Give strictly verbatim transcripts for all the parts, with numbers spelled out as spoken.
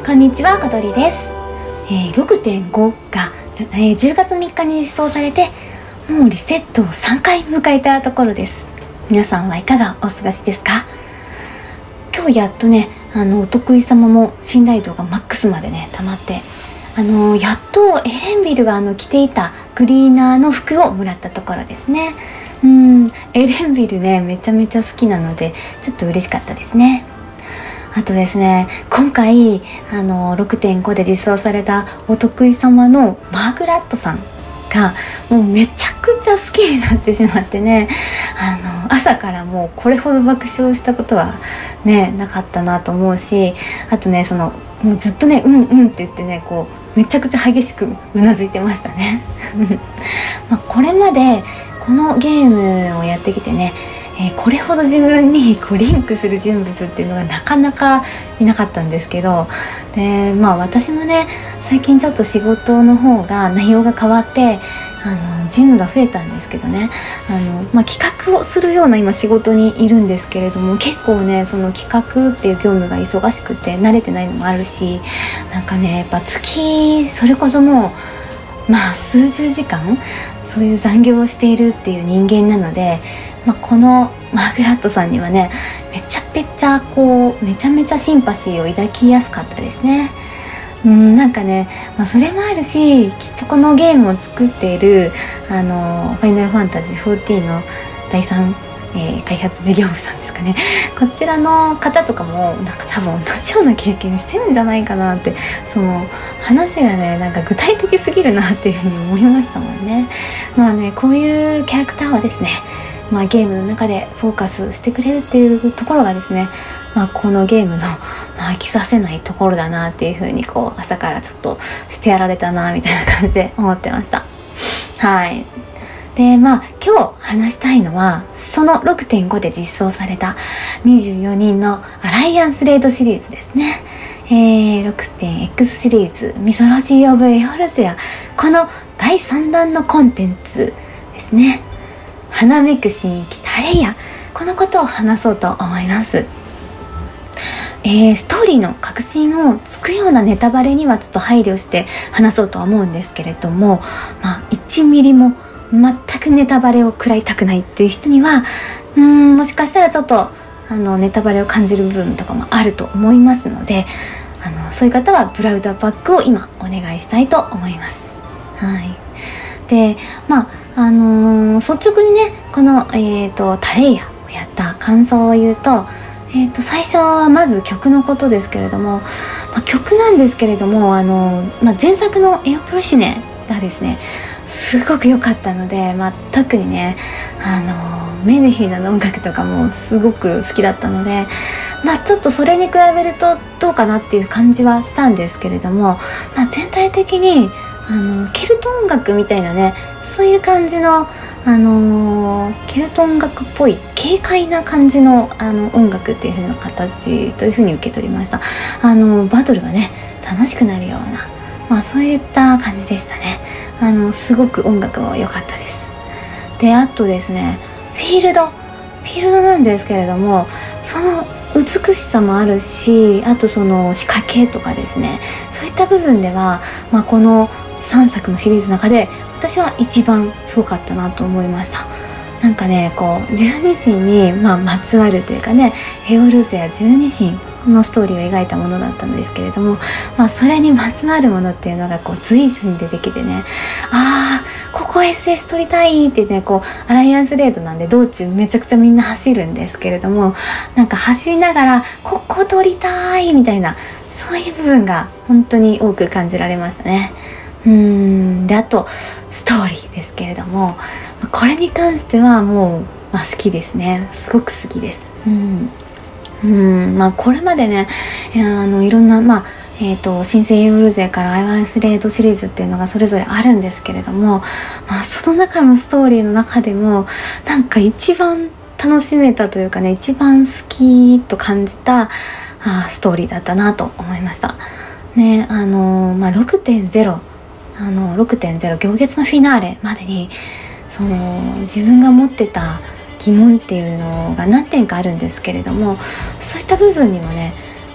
こんにちは、小鳥です。えー、ろくてんご が、えー、じゅうがつみっかに実装されて、もうリセットをさんかい迎えたところです。皆さんはいかがお過ごしですか？今日やっとね、あのお得意様も信頼度がマックスまでね溜まって、あのー、やっとエレンビルがあの着ていたクリーナーの服をもらったところですね。うん、エレンビルねめちゃめちゃ好きなのでちょっと嬉しかったですね。あとですね、今回あの ろくてんご で実装されたお得意様のマーグラットさんがもうめちゃくちゃ好きになってしまってね、あの朝からもうこれほど爆笑したことはねなかったなと思うし、あとねそのもうずっとねうんうんって言ってねこうめちゃくちゃ激しくうなずいてましたねまあこれまでこのゲームをやってきてね、えー、これほど自分にこうリンクする人物っていうのがなかなかいなかったんですけど、でまあ私もね最近ちょっと仕事の方が内容が変わってあのジムが増えたんですけどね、あの、まあ、企画をするような今仕事にいるんですけれども、結構ねその企画っていう業務が忙しくて慣れてないのもあるし、なんかねやっぱ月それこそもうまあ数十時間そういう残業をしているっていう人間なので、まあ、このマーグラットさんにはねめちゃめちゃこうめちゃめちゃシンパシーを抱きやすかったですね。うんなんかね、まあ、それもあるし、きっとこのゲームを作っているあのファイナルファンタジーじゅうよんのだいさん、えー、開発事業部さんですかね、こちらの方とかもなんか多分同じような経験してるんじゃないかなって、その話がねなんか具体的すぎるなっていうふうに思いましたもんね。まあねこういうキャラクターはですね、まあ、ゲームの中でフォーカスしてくれるっていうところがですね、まあ、このゲームの、まあ、飽きさせないところだなっていう風にこう朝からちょっとしてやられたなみたいな感じで思ってました。はい。でまあ今日話したいのはその ろくてんご で実装されたにじゅうよにんのアライアンスレードシリーズですね。えー、ろくてんエックス シリーズミソロジー・オブ・エオルゼア、このだいさんだんのコンテンツですね。花めく新域タレイヤ、このことを話そうと思います。えー、ストーリーの核心をつくようなネタバレにはちょっと配慮して話そうとは思うんですけれども、まあ、いちミリも全くネタバレを食らいたくないっていう人にはうーんもしかしたらちょっとあのネタバレを感じる部分とかもあると思いますので、あのそういう方はブラウザバックを今お願いしたいと思います。はい。でまああのー、率直にねこの、えーと、タレイヤをやった感想を言うと、えーと最初はまず曲のことですけれども、まあ、曲なんですけれどもあのー、まあ、前作のエオプロシネがですねすごく良かったので、まあ、特にねあのー、メルヘンな音楽とかもすごく好きだったので、まあ、ちょっとそれに比べるとどうかなっていう感じはしたんですけれども、まあ、全体的にあのケルト音楽みたいなねそういう感じの、あのー、ケルト音楽っぽい軽快な感じの、あの音楽っていう風な形という風に受け取りました。あのバトルがね楽しくなるような、まあ、そういった感じでしたね。あのすごく音楽も良かったです。であとですねフィールドフィールドなんですけれども、その美しさもあるし、あとその仕掛けとかですね、そういった部分では、まあ、このさんさくのシリーズの中で私は一番すごかったなと思いました。なんかねこう十二神に、まあ、まつわるというかねエオルゼア十二神のストーリーを描いたものだったんですけれども、まあ、それにまつわるものっていうのがこう随所に出てきてね、あーここ エスエス 撮りたいってねこうアライアンスレードなんで道中めちゃくちゃみんな走るんですけれども、なんか走りながらここ撮りたいみたいなそういう部分が本当に多く感じられましたね。うーんであとストーリーですけれども、これに関してはもう、まあ、好きですね。すごく好きです。うんうんまあこれまでねいやあのいろんなまあえーと新生エオルゼからアイアンスレードシリーズっていうのがそれぞれあるんですけれども、まあ、その中のストーリーの中でもなんか一番楽しめたというかね一番好きと感じたあストーリーだったなと思いましたね。あのーまあ、ろくてんゼロあの ろくてんゼロ 行月のフィナーレまでにその自分が持ってた疑問っていうのが何点かあるんですけれども、そういった部分にもね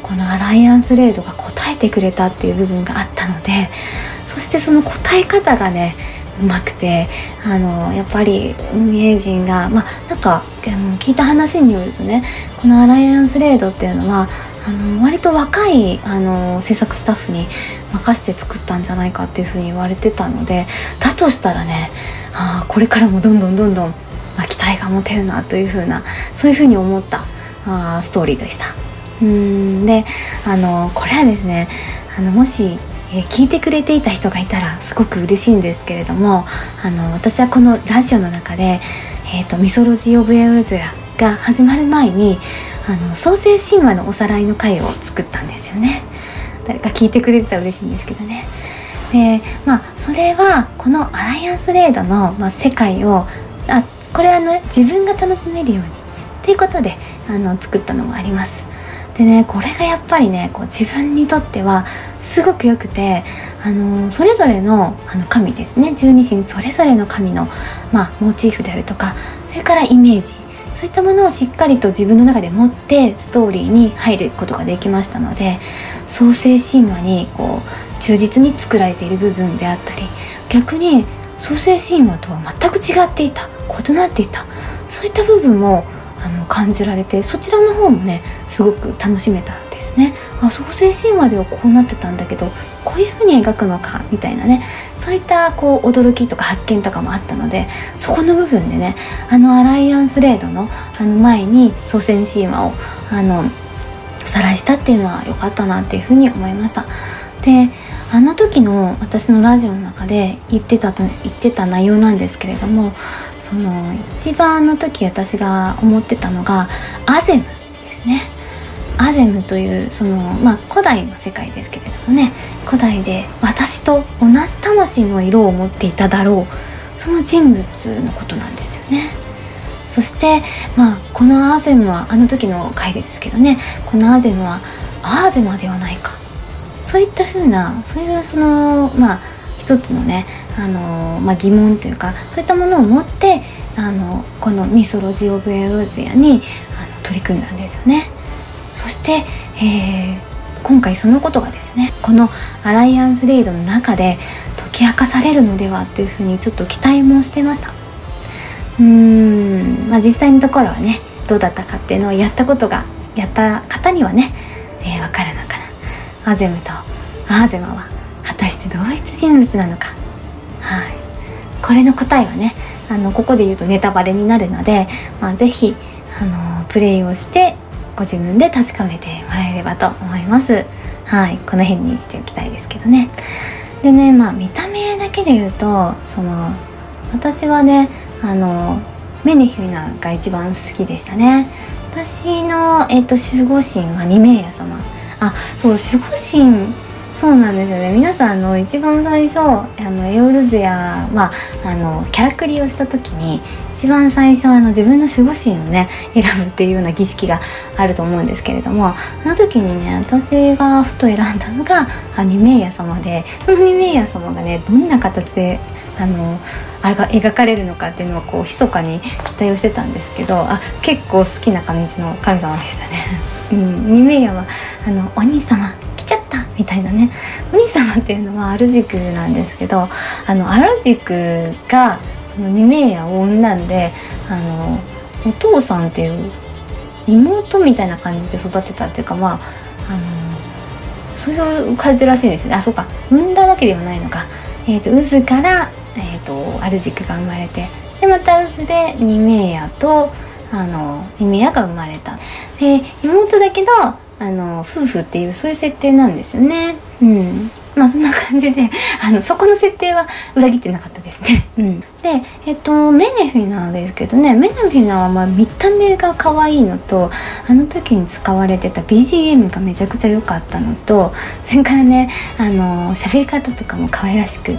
このアライアンスレードが答えてくれたっていう部分があったので、そしてその答え方がねうまくて、あのやっぱり運営陣がまあなんかあの聞いた話によるとね、このアライアンスレードっていうのはあの割と若いあの制作スタッフに任せて作ったんじゃないかっていうふうに言われてたので、だとしたらね、あこれからもどんどんどんどん、まあ、期待が持てるなというふうな、そういうふうに思ったあストーリーでした。うーんであのこれはですね、あのもしえー、聞いてくれていた人がいたらすごく嬉しいんですけれども、あの私はこのラジオの中で、えーと、ミソロジー・オブ・エオルゼアが始まる前にあの創世神話のおさらいの回を作ったんですよね。誰か聞いてくれてたら嬉しいんですけどね。でまあそれはこのアライアンスレードの、まあ、世界をあこれはね自分が楽しめるようにっていうことであの作ったのもあります。でね、これがやっぱりねこう自分にとってはすごくよくて、あのー、それぞれのあの神ですね、十二神それぞれの神の、まあ、モチーフであるとか、それからイメージ、そういったものをしっかりと自分の中で持ってストーリーに入ることができましたので、創世神話にこう忠実に作られている部分であったり、逆に創世神話とは全く違っていた、異なっていた、そういった部分もあの感じられて、そちらの方もねすごく楽しめたんですね。あ、創世神話ではこうなってたんだけどこういう風に描くのかみたいなね、そういったこう驚きとか発見とかもあったので、そこの部分でね、あのアライアンスレードのあの前に創世神話をあのおさらいしたっていうのは良かったなっていう風に思いました。であの時の私のラジオの中で言ってたと言ってた内容なんですけれども、その一番の時私が思ってたのがアゼムですね。アゼムというその、まあ、古代の世界ですけれどもね、古代で私と同じ魂の色を持っていただろう、その人物のことなんですよね。そして、まあ、このアゼムはあの時の回ですけどね、このアゼムはアーゼマではないか、そういった風なそういうそのまあ一つのねあの、まあ、疑問というか、そういったものを持ってあのこのミソロジー・オブ・エロゼアにあの取り組んだんですよね。そして、えー、今回そのことがですね、このアライアンスレイドの中で解き明かされるのではというふうにちょっと期待もしてました。うーん、まあ、実際のところはねどうだったかっていうのをやったことがやった方にはね、えー、分かるのかな。アゼムとアーゼマは果たして同一人物なのか、はい、これの答えはねあのここで言うとネタバレになるので、まあ、ぜひあのプレイをしてご自分で確かめてもらえればと思います。はい、この辺にしておきたいですけどね。でね、まあ見た目だけで言うと、その私はねあのメネヒュイナが一番好きでしたね。私の、えっと、守護神はニメイヤ様。あ、そう、守護神、そうなんですよね。皆さんの一番最初あのエオルゼア、まあ、あのキャラクリをした時に一番最初あの自分の守護神をね選ぶっていうような儀式があると思うんですけれども、あの時にね私がふと選んだのがニメイヤ様で、そのニメイヤ様がねどんな形であのあが描かれるのかっていうのをこう密かに期待をしてたんですけど、あ結構好きな感じの神様でしたね。うん、ニメイヤはあのお兄様来ちゃったみたいなね。お兄様っていうのはアルジクなんですけど、あのアルジクがそのニメイヤを産んだんで、あのお父さんっていう妹みたいな感じで育てたっていうか、まああのそういう感じらしいですよね。あ、そうか、産んだわけではないのか。えーと、渦から、えーと、アルジクが生まれて、でまた渦でニメイヤとあのニメイヤが生まれた。で妹だけどあの夫婦っていうそういう設定なんですよね。うん、まあそんな感じであのそこの設定は裏切ってなかったですね。うん、でえっとメネフィナですけどね、メネフィナはまあ見た目が可愛いのと、あの時に使われてた ビージーエム がめちゃくちゃ良かったのと、それからねあの喋り方とかも可愛らしくって、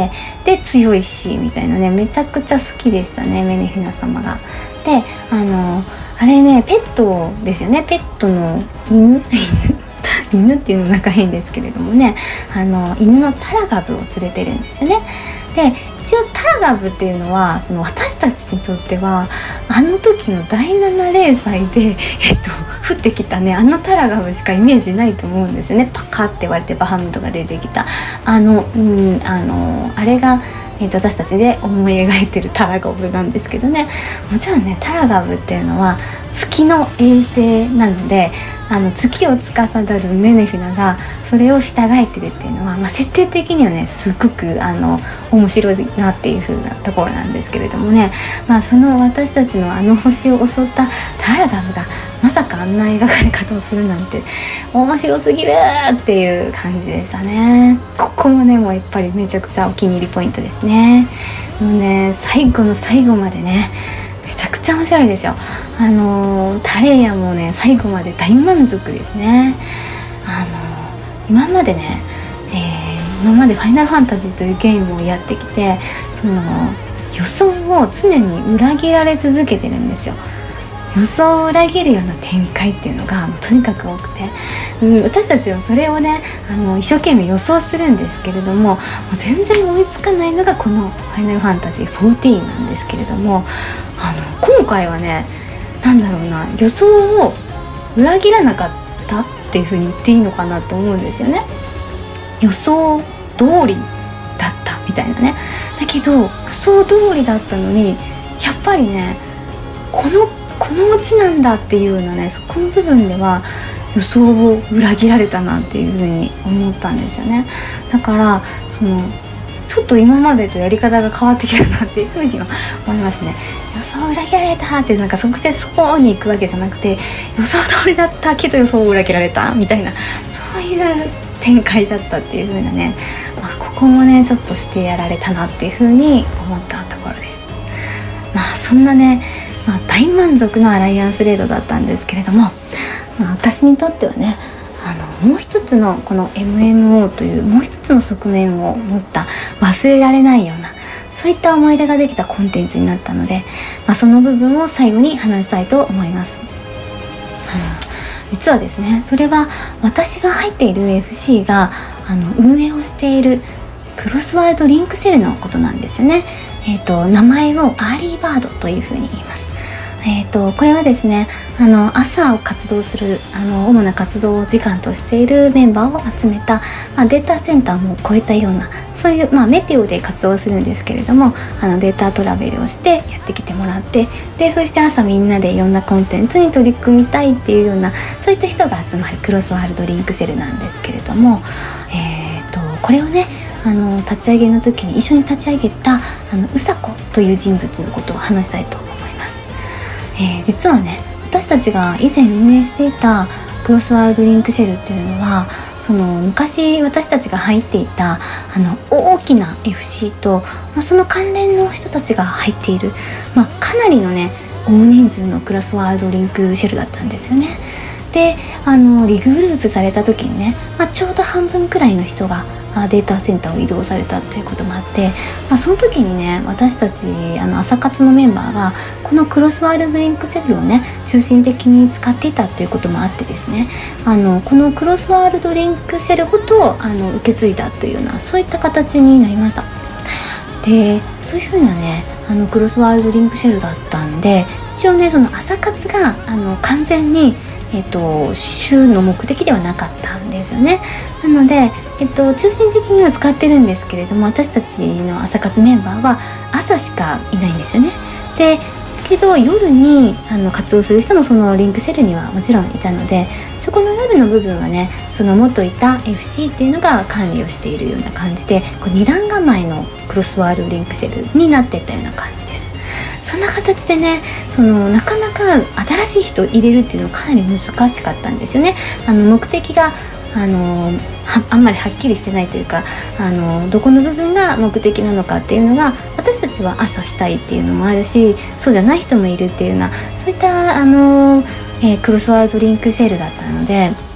で強いしみたいなね、めちゃくちゃ好きでしたね、メネフィナ様が。であのあれねペットですよね。ペットの犬犬っていうのもなんか変ですけれどもね、あの犬のタラガブを連れてるんですよね。で一応タラガブっていうのはその私たちにとってはあの時のだいなな連載で、えっと、降ってきたねあのタラガブしかイメージないと思うんですよね。パカって割れてバハムトが出てきたあの、うん、あのあれが、えっと、私たちで思い描いてるタラガブなんですけどね。もちろんねタラガブっていうのは月の衛星なので、あの月を司るネネフィナがそれを従えてるっていうのは、まあ、設定的にはねすごくあの面白いなっていう風なところなんですけれどもね、まあ、その私たちのあの星を襲ったタラガブがまさかあんな描かれ方をするなんて面白すぎるっていう感じでしたね。ここもねもうやっぱりめちゃくちゃお気に入りポイントですね。もうね最後の最後までねめちゃくちゃ面白いですよ。あのー、タレイヤもね最後まで大満足ですね。あのー、今までね、えー、今までファイナルファンタジーというゲームをやってきてその予想を常に裏切られ続けてるんですよ。予想を裏切るような展開っていうのがとにかく多くて、うん、私たちはそれをねあの一生懸命予想するんですけれども、もう全然追いつかないのがこのファイナルファンタジーじゅうよんなんですけれども、あの今回はねなんだろうな予想を裏切らなかったっていう風に言っていいのかなと思うんですよね。予想通りだったみたいなね。だけど予想通りだったのにやっぱりねこのこのオチなんだっていうようなねそこの部分では予想を裏切られたなっていう風に思ったんですよね。だからそのちょっと今までとやり方が変わってきたなっていう風には思いますね。予想を裏切られたってなんかそこでそこに行くわけじゃなくて予想通りだったけど予想を裏切られたみたいなそういう展開だったっていう風なね、まあ、ここもねちょっとしてやられたなっていう風に思ったところです。まあそんなねまあ、大満足のアライアンスレードだったんですけれども、まあ、私にとってはねあのもう一つのこの エムエムオー というもう一つの側面を持った忘れられないようなそういった思い出ができたコンテンツになったので、まあ、その部分を最後に話したいと思います。うん、実はですねそれは私が入っている エフシー があの運営をしているクロスワードリンクシェルのことなんですよね。えーと、名前をアーリーバードというふうに言います。えーと、これはですねあの朝を活動するあの主な活動時間としているメンバーを集めた、まあ、データセンターも超えたようなそういう、まあ、メテオで活動するんですけれどもあのデータトラベルをしてやってきてもらってでそして朝みんなでいろんなコンテンツに取り組みたいっていうようなそういった人が集まるクロスワールドリンクセルなんですけれども、えーと、これをねあの立ち上げの時に一緒に立ち上げたあのうさこという人物のことを話したいと思います。えー、実はね私たちが以前運営していたクロスワールドリンクシェルっていうのはその昔私たちが入っていたあの大きな エフシー と、まあ、その関連の人たちが入っている、まあ、かなりのね大人数のクロスワールドリンクシェルだったんですよね。であのリグループされた時にね、まあ、ちょうど半分くらいの人がデータセンターを移動されたということもあって、まあ、その時にね私たちあの朝活のメンバーがこのクロスワールドリンクセルをね中心的に使っていたということもあってですねあのこのクロスワールドリンクセルごとあの受け継いだというようなそういった形になりました。でそういう風なねあのクロスワールドリンクシェルだったんで一応ねその朝活があの完全にえっと、週の目的ではなかったんですよね。なので、えっと、中心的には使ってるんですけれども私たちの朝活メンバーは朝しかいないんですよね。でけど夜にあの活動する人もそのリンクセルにはもちろんいたのでそこの夜の部分はねその元いた エフシー っていうのが管理をしているような感じでこう二段構えのクロスワールドリンクセルになっていったような感じです。そんな形でねそのなかなか新しい人を入れるっていうのはかなり難しかったんですよね。あの目的があのはあんまりはっきりしてないというかあのどこの部分が目的なのかっていうのが私たちは朝したいっていうのもあるしそうじゃない人もいるっていうようなそういったあの、えー、クロスワールドリンクシェルだったので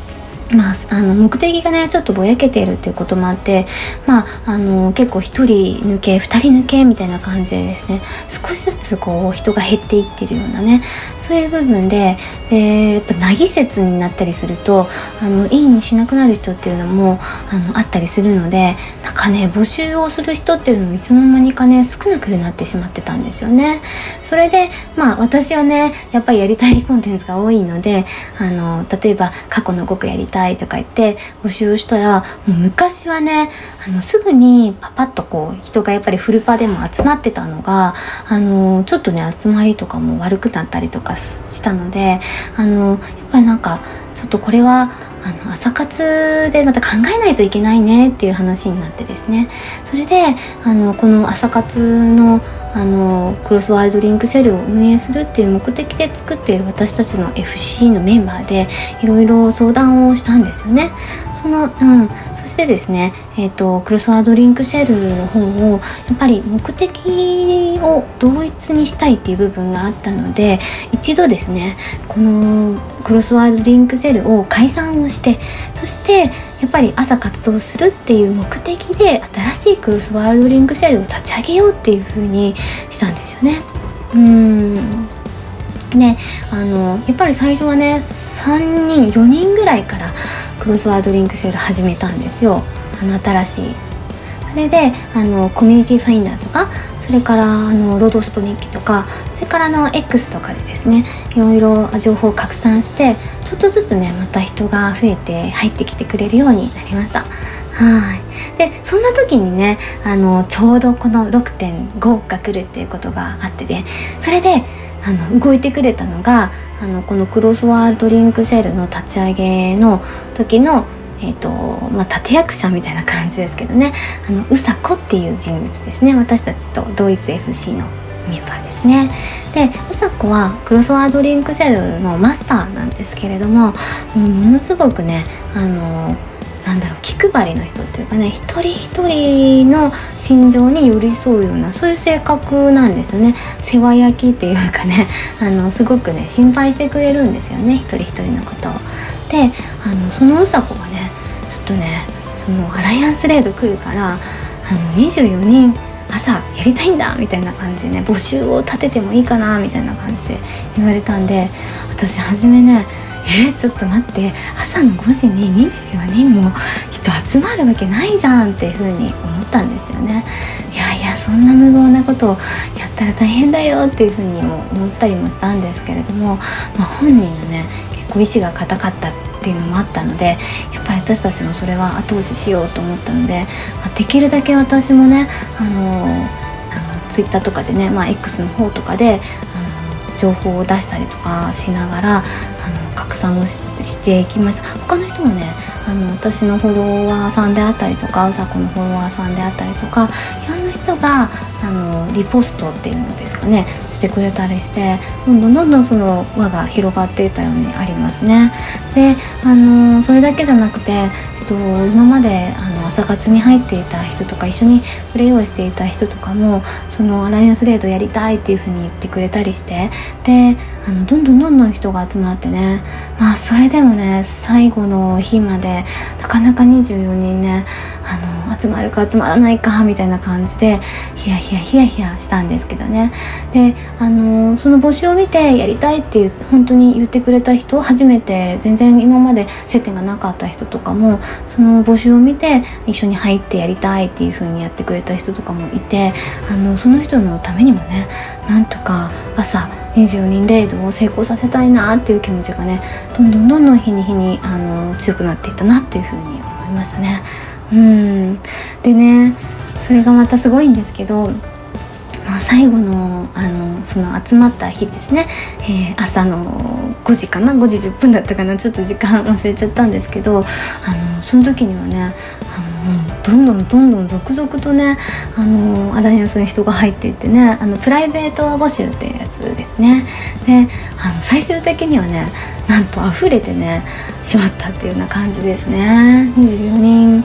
まあ、あの目的がねちょっとぼやけているっていうこともあって、まあ、あの結構ひとり抜けふたり抜けみたいな感じでですね、少しずつこう人が減っていってるようなね、そういう部分で、でやっぱ凪説になったりするとあのいいにしなくなる人っていうのもあのあったりするので、なんかね募集をする人っていうのもいつの間にかね少なくなってしまってたんですよね。それでまあ私はねやっぱりやりたいコンテンツが多いので、あの例えば過去のごくやりたいとか言って募集をしたら、もう昔はねあのすぐにパパッとこう人がやっぱりフルパでも集まってたのが、あのちょっとね集まりとかも悪くなったりとかしたので、あのやっぱりなんかちょっとこれはあの朝活でまた考えないといけないねっていう話になってですね、それであのこの朝活のあのクロスワールドリンクシェルを運営するっていう目的で作っている私たちの エフシー のメンバーでいろいろ相談をしたんですよね。その、うん、そしてですね、えーと、クロスワールドリンクシェルの方をやっぱり目的を同一にしたいっていう部分があったので、一度ですねこのクロスワールドリンクシェルを解散をして、そしてやっぱり朝活動するっていう目的で新しいクロスワールドリンクシェルを立ち上げようっていう風にしたんですよね。うーんね、あのやっぱり最初はねさんにんよにんぐらいからクロスワールドリンクシェル始めたんですよ。あの新しいそれであのコミュニティファインダーとか、それからあのロードスト日記とか、それからあの X とかでですねいろいろ情報を拡散して、ちょっとずつねまた人が増えて入ってきてくれるようになりました。はいでそんな時にねあのちょうどこの ろくてんご が来るっていうことがあってね、それであの動いてくれたのがあのこのクロスワールドリンクシェルの立ち上げの時のえーとまあ、立役者みたいな感じですけどね、あのうさこっていう人物ですね。私たちと同一 エフシー のメンバーですね。でうさこはクロスワードリンクシェルのマスターなんですけれども、もうものすごくねあのなんだろう気配りの人っていうかね、一人一人の心情に寄り添うようなそういう性格なんですよね。世話焼きっていうかね、あのすごくね心配してくれるんですよね、一人一人のことを。であのそのうさこがねちょっとねそのアライアンスレード来るからあのにじゅうよにん朝やりたいんだみたいな感じでね募集を立ててもいいかなみたいな感じで言われたんで、私初めねえー、ちょっと待って朝のごじににじゅうよにんも人集まるわけないじゃんっていう風に思ったんですよね。いやいやそんな無謀なことをやったら大変だよっていう風にも思ったりもしたんですけれども、まあ、本人のね結構意志が固かったっていうのもあったので、やっぱり私たちもそれは後押ししようと思ったので、まあ、できるだけ私もねあのあのツイッターとかでね、まあ、X の方とかであの情報を出したりとかしながらあの拡散を し, していきました。他の人もねあの私のフォロワーさんであったりとかうさこのフォロワーさんであったりとかいろんな人があのリポストっていうのですかねしてくれたりして、どんどんどんどんその輪が広がっていたようにありますね。であのそれだけじゃなくて、えっと、今まであの朝活に入っていた人とか一緒にプレイをしていた人とかもそのアライアンスレードやりたいっていう風に言ってくれたりして、であのどんどんどんどん人が集まってね、まあそれでもね最後の日までなかなかにじゅうよにんねあの集まるか集まらないかみたいな感じでヒヤヒヤヒヤヒヤしたんですけどね。であのその募集を見てやりたいっていう本当に言ってくれた人、初めて全然今まで接点がなかった人とかもその募集を見て一緒に入ってやりたいっていう風にやってくれた人とかもいて、あのその人のためにもねなんとか朝にじゅうよにんレイドを成功させたいなっていう気持ちがねどんどんどんどん日に日にあの強くなっていったなっていう風に思いましたね。うんでねそれがまたすごいんですけど、まあ、最後の、あのその集まった日ですね、えー、朝のごじかなごじじゅっぷんだったかな、ちょっと時間忘れちゃったんですけど、あのその時にはねあのもうどんどんどんどん続々とねあのアライアンスに人が入っていってね、あのプライベート募集っていうやつですね。であの最終的にはねなんと溢れてねしまったっていうような感じですね。にじゅうよにん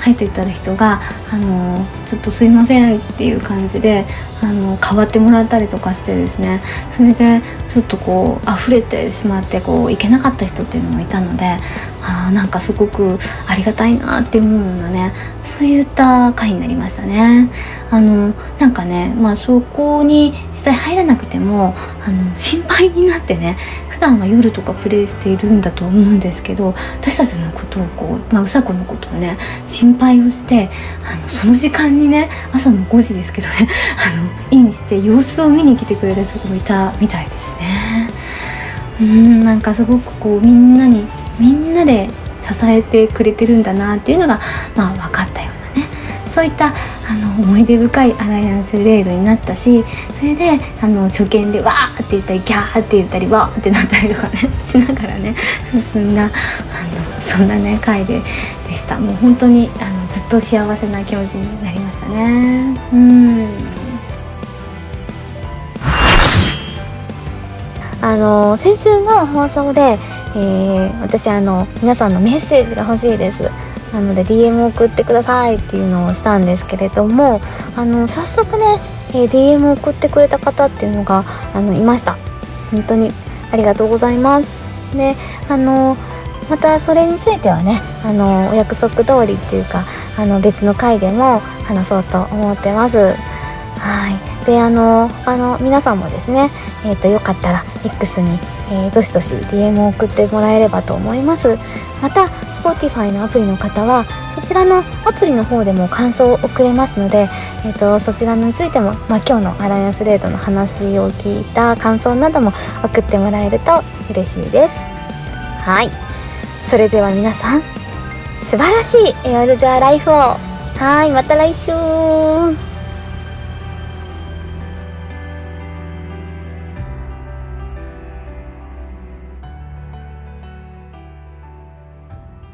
入っていた人があのちょっとすいませんっていう感じであの代わってもらったりとかしてですね、それでちょっとこう溢れてしまってこう行けなかった人っていうのもいたので、あなんかすごくありがたいなって思うようなね、そういった回になりましたね。あのなんかね、まあそこに実際入らなくてもあの心配になってね、普段は夜とかプレイしているんだと思うんですけど、私たちのことをこう、まあ、うさこのことをね心配をして、あのその時間にね朝のごじですけどねあのインして様子を見に来てくれる人もいたみたいですね。うーんなんかすごくこうみんなにみんなで支えてくれてるんだなっていうのが、まあ、分かったようなね、そういったあの思い出深いアライアンスレイドになったし、それであの初見でわーって言ったりギャーって言ったりわーってなったりとかねしながらね進んだあのそんなね回ででした。もう本当にあのずっと幸せな気持ちになりましたね。うんあの先週の放送で、えー、私あの皆さんのメッセージが欲しいです。なので ディーエム 送ってくださいっていうのをしたんですけれども、あの早速ね、えー、ディーエム 送ってくれた方っていうのがあのいました。本当にありがとうございます。であのまたそれについてはねあのお約束通りっていうかあの別の回でも話そうと思ってます。はいであの他の皆さんもですね、えー、とよかったら X に、えー、どしどし ディーエム を送ってもらえればと思います。また Spotify のアプリの方はそちらのアプリの方でも感想を送れますので、えー、とそちらについても、まあ、今日のアライアンスレードの話を聞いた感想なども送ってもらえると嬉しいです。はいそれでは皆さん素晴らしいエオルゼアライフを。はいまた来週。